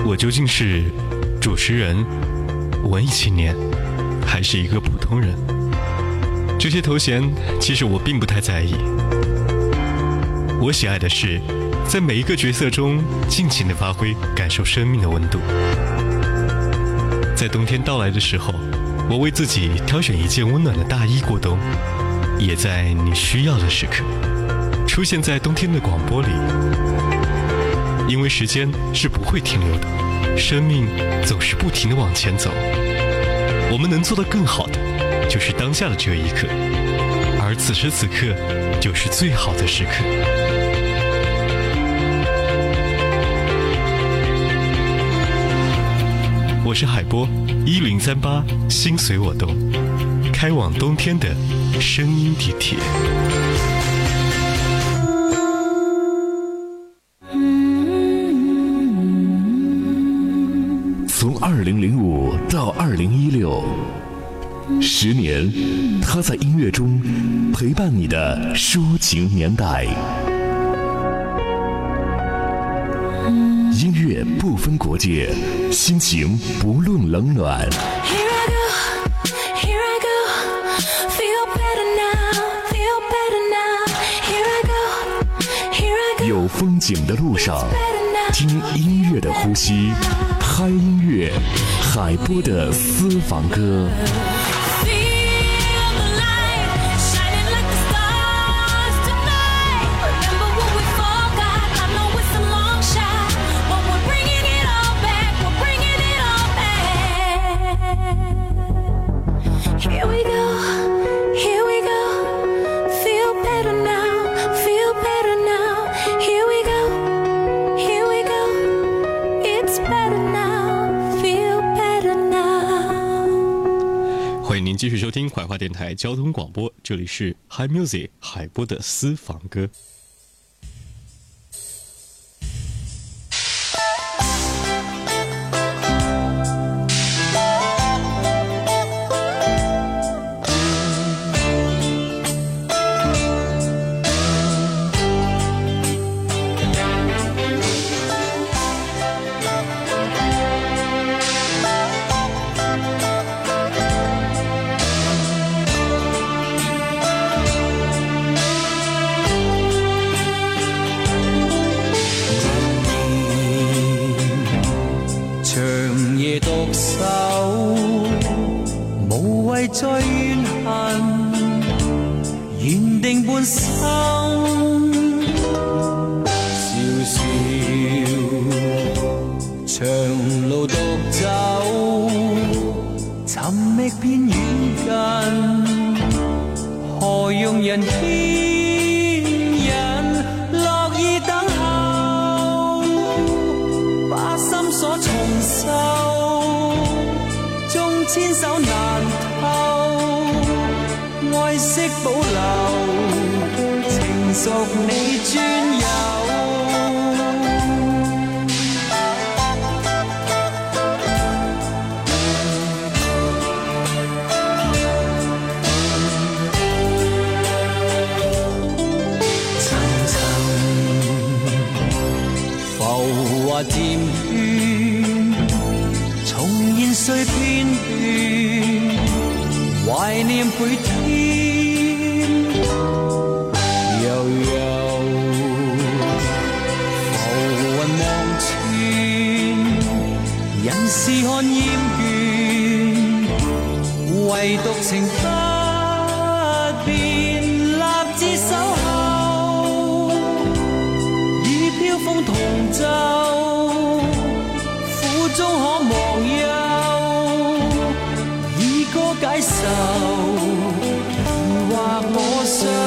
我究竟是主持人、文艺青年，还是一个普通人？这些头衔其实我并不太在意。我喜爱的是在每一个角色中尽情地发挥，感受生命的温度。在冬天到来的时候，我为自己挑选一件温暖的大衣过冬，也在你需要的时刻出现在冬天的广播里。因为时间是不会停留的，生命总是不停地往前走，我们能做得更好的就是当下的这一刻，而此时此刻就是最好的时刻。我是海波1038，心随我动，开往冬天的声音地铁。 从2005到2016，10年，他在音乐中陪伴你的抒情年代。音乐不分国界，心情不论冷暖。有风景的路上，听音乐的呼吸，嗨音乐，海波的私房歌。 欢迎您继续收听怀化电台交通广播，这里是 Hi Music 海波的私房歌。 再怨恨，緣定半生，笑笑，長路獨走，尋覓遍遠近，何用人牽引，樂意等候，把心所重修，縱牽手難愛惜保留，情屬你專有。層層浮華漸遠，重現碎片段，懷念倍添。是看厭倦，唯獨情不變，立志守候，與飄風同奏，苦中可忘憂，以歌解愁，疑惑我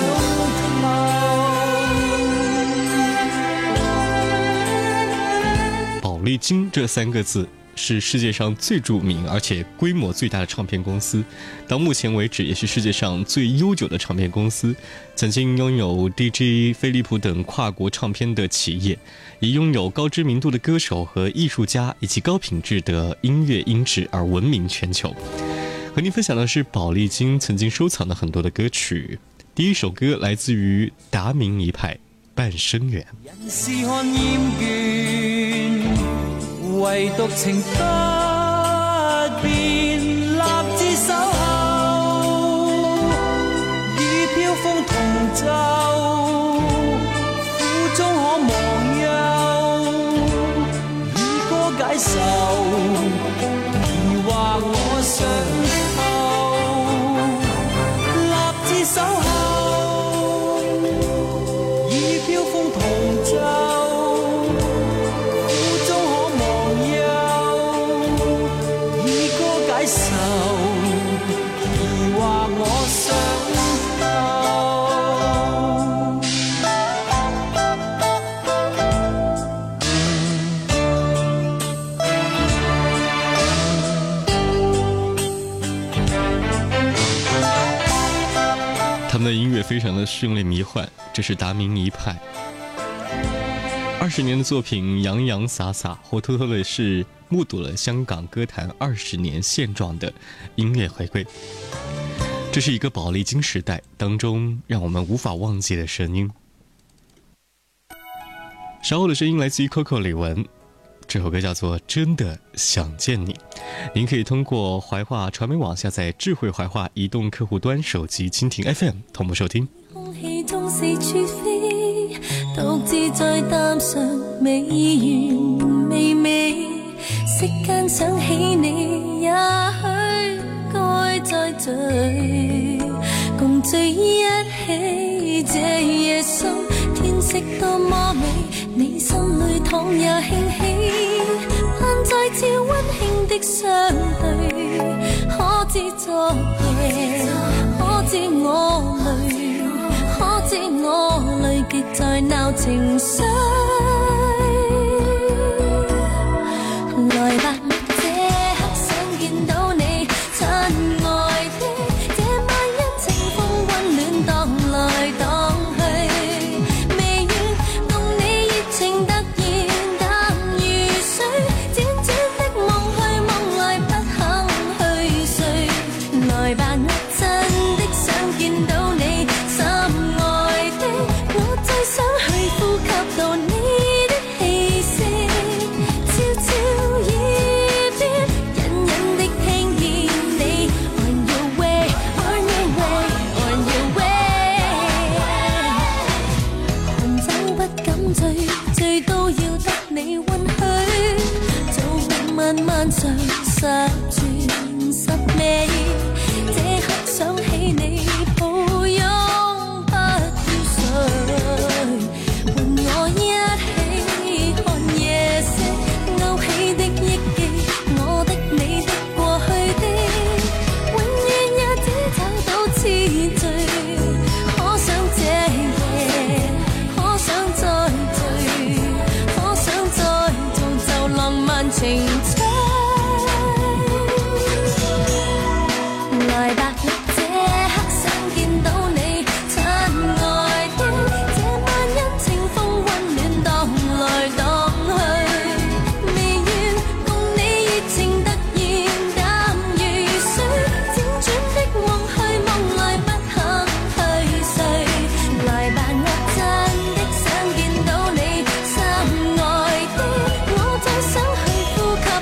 想透。宝丽金这3个字是世界上最著名而且规模最大的唱片公司，到目前为止也是世界上最悠久的唱片公司，曾经拥有 DJ 飞利浦等跨国唱片的企业，以拥有高知名度的歌手和艺术家以及高品质的音乐音质而闻名全球。和您分享的是宝丽金曾经收藏的很多的歌曲，第一首歌来自于达明一派《半生缘》。 唯獨情不變，立志守候，與飄風同奏，苦中可忘憂，以歌解愁，疑惑我想透，立志守候，與飄風同奏。 他们的音乐非常的绚丽迷幻，这是达明一派。20年的作品洋洋洒洒，活脱脱的是目睹了香港歌坛20年现状的音乐回归。这是一个宝丽金时代当中让我们无法忘记的声音。稍后的声音来自于 Coco 李玟，这首歌叫做《真的想见你》。您可以通过怀化传媒网下载智慧怀化移动客户端手机蜻蜓 FM 同步收听。 空氣中四處飛，獨自在淡上美完美美，息間想起你，也許該再聚，共聚一起。這夜深，天色多麼美，你心裏倘也興起，盼再次溫馨的相對，可知昨夜，可知我淚，可知我淚極在鬧情緒，來吧，這刻想見到你，親愛的，這晚因情風溫暖蕩來蕩去，未願共你熱情突然淡如水，輾轉的夢去夢來不肯去睡，來吧，我真的想見到你，心愛的，我最想去呼吸到你的氣息，悄悄耳邊隱隱的聽見你 On your way, on your way, on your way， 寒酒不敢醉，醉都要得你允許，早晚漫漫長十全十美，這刻想起你抱擁不要睡，伴我一起看夜色，勾起的憶記，我的你的過去的，永遠也只找到次序，可想這夜，可想再聚，可想再造就浪漫情趣，來吧，這刻想見到你，親愛的，這晚因情風溫暖蕩來蕩去，未願共你熱情突然淡如水，輾轉的夢去夢來不肯去睡，來吧，我真的想見到你，心愛的，我最想去呼吸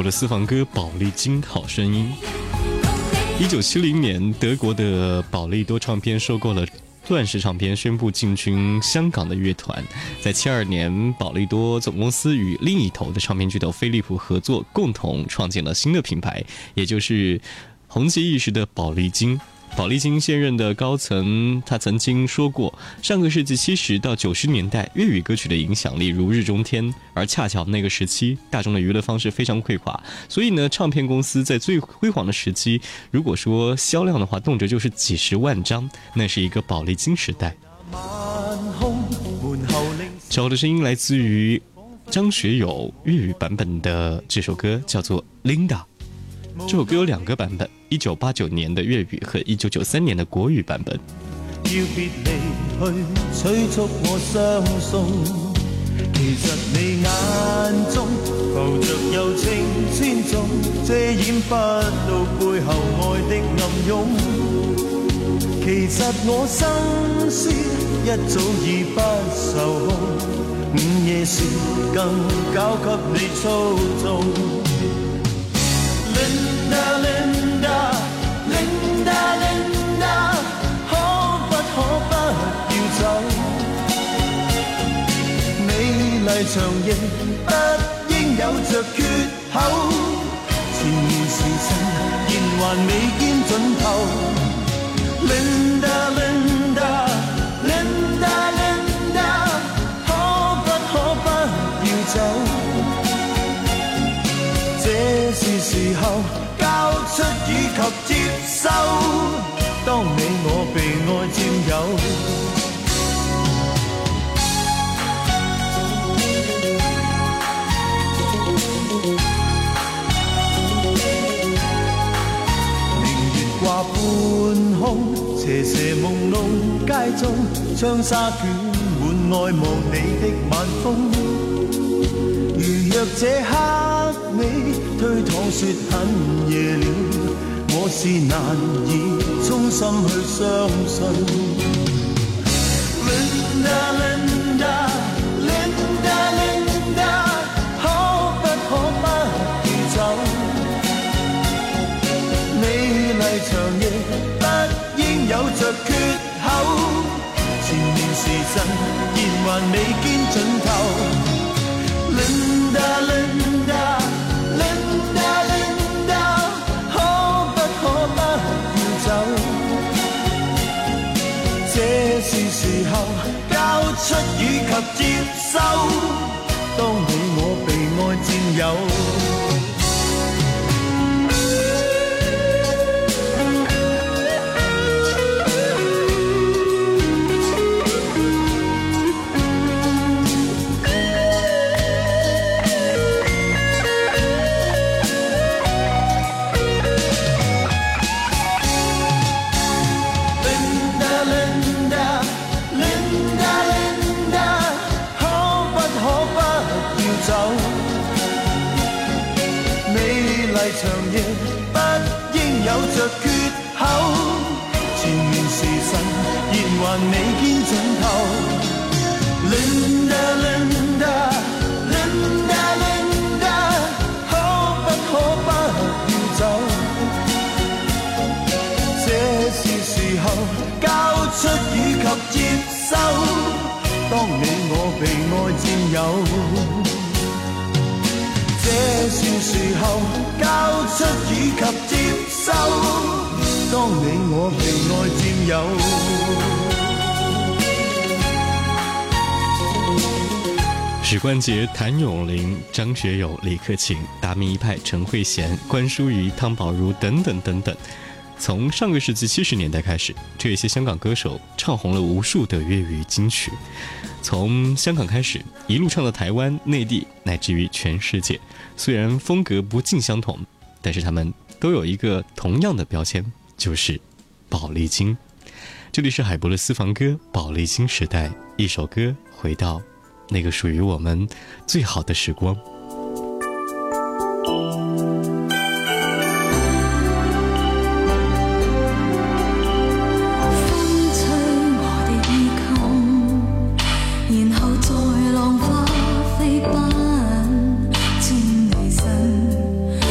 的私房歌宝丽金好声音。1970年，德国的宝丽多唱片收购了钻石唱片，宣布进军香港的乐团。在72年，宝丽多总公司与另一头的唱片巨头飞利浦合作，共同创建了新的品牌，也就是红极一时的宝丽金。宝丽金现任的高层他曾经说过，上个世纪70到90年代，粤语歌曲的影响力如日中天，而恰巧那个时期大众的娱乐方式非常匮乏，所以呢，唱片公司在最辉煌的时期，如果说销量的话，动辄就是几十万张，那是一个宝丽金时代。找我的声音来自于张学友粤语版本的这首歌，叫做 Linda。这首歌有2个版本，1989年的粤语和1993年的国语版本。 要別離去催促我相送，其實你眼中浮着柔情千種，遮掩不到背後愛的暗湧。其實我心思一早已不受控，午夜時更交給你操縱。Linda, Linda, Linda, Linda， 可不要走？美麗長翼不應有着缺口，前面時辰現還未見盡頭。Linda, Linda, Linda, Linda， 可不要走？這是時候交出以及接收，當你我被愛佔有。明月掛半空，斜斜朦朧街中，窗紗捲滿愛慕你的晚風。如若這刻你推搪說很夜了，我是難以衷心去相信。Linda, Linda, Linda, Linda， 可不要走？美麗長翼不應有着缺口，前面時辰現還未見盡頭。Linda, Linda, Linda, Linda， 可不要走？這是時候交出以及接收，當你我被愛佔有。長夜不應有着缺口，前面時辰現還未見盡頭。Linda, Linda, Linda, Linda， 可不要走？這是時候交出以及接收，當你我被愛佔有。這是時候交出以及接收，當你我被愛佔有。 许冠傑、譚詠麟、張學友、李克勤、達明一派、陳慧嫻、關淑怡、湯寶如等等等等。從上個世紀70年代開始，這些香港歌手唱紅了無數的粵語金曲。從香港開始，一路唱到台灣、內地，乃至於全世界。雖然風格不盡相同，但是他們都有一個同樣的標籤，就是寶麗金。這裡是海博的私房歌，寶麗金時代，一首歌回到那個屬於我們最好的時光。 然後在浪花飛奔，千里身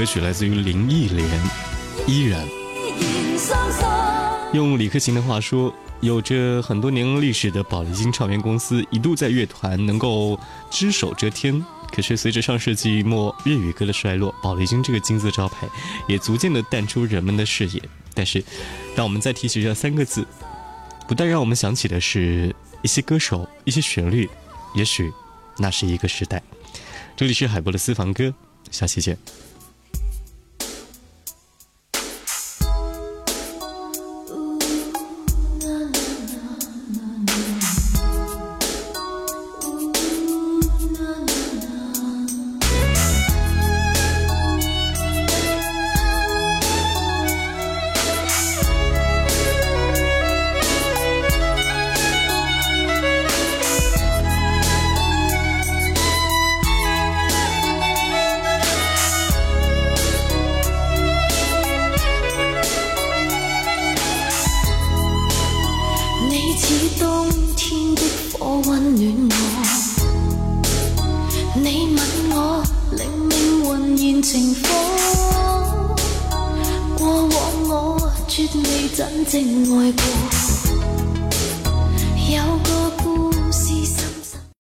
歌曲来自于林忆莲，依然。用李克勤的话说，有着很多年历史的宝丽金唱片公司一度在乐团能够只手遮天，可是随着上世纪末粤语歌的衰落，宝丽金这个金字招牌也逐渐的淡出人们的视野。但是当我们再提起这3个字，不但让我们想起的是一些歌手，一些旋律，也许那是一个时代。这里是海波的私房歌，下期见。 絕未真正愛過。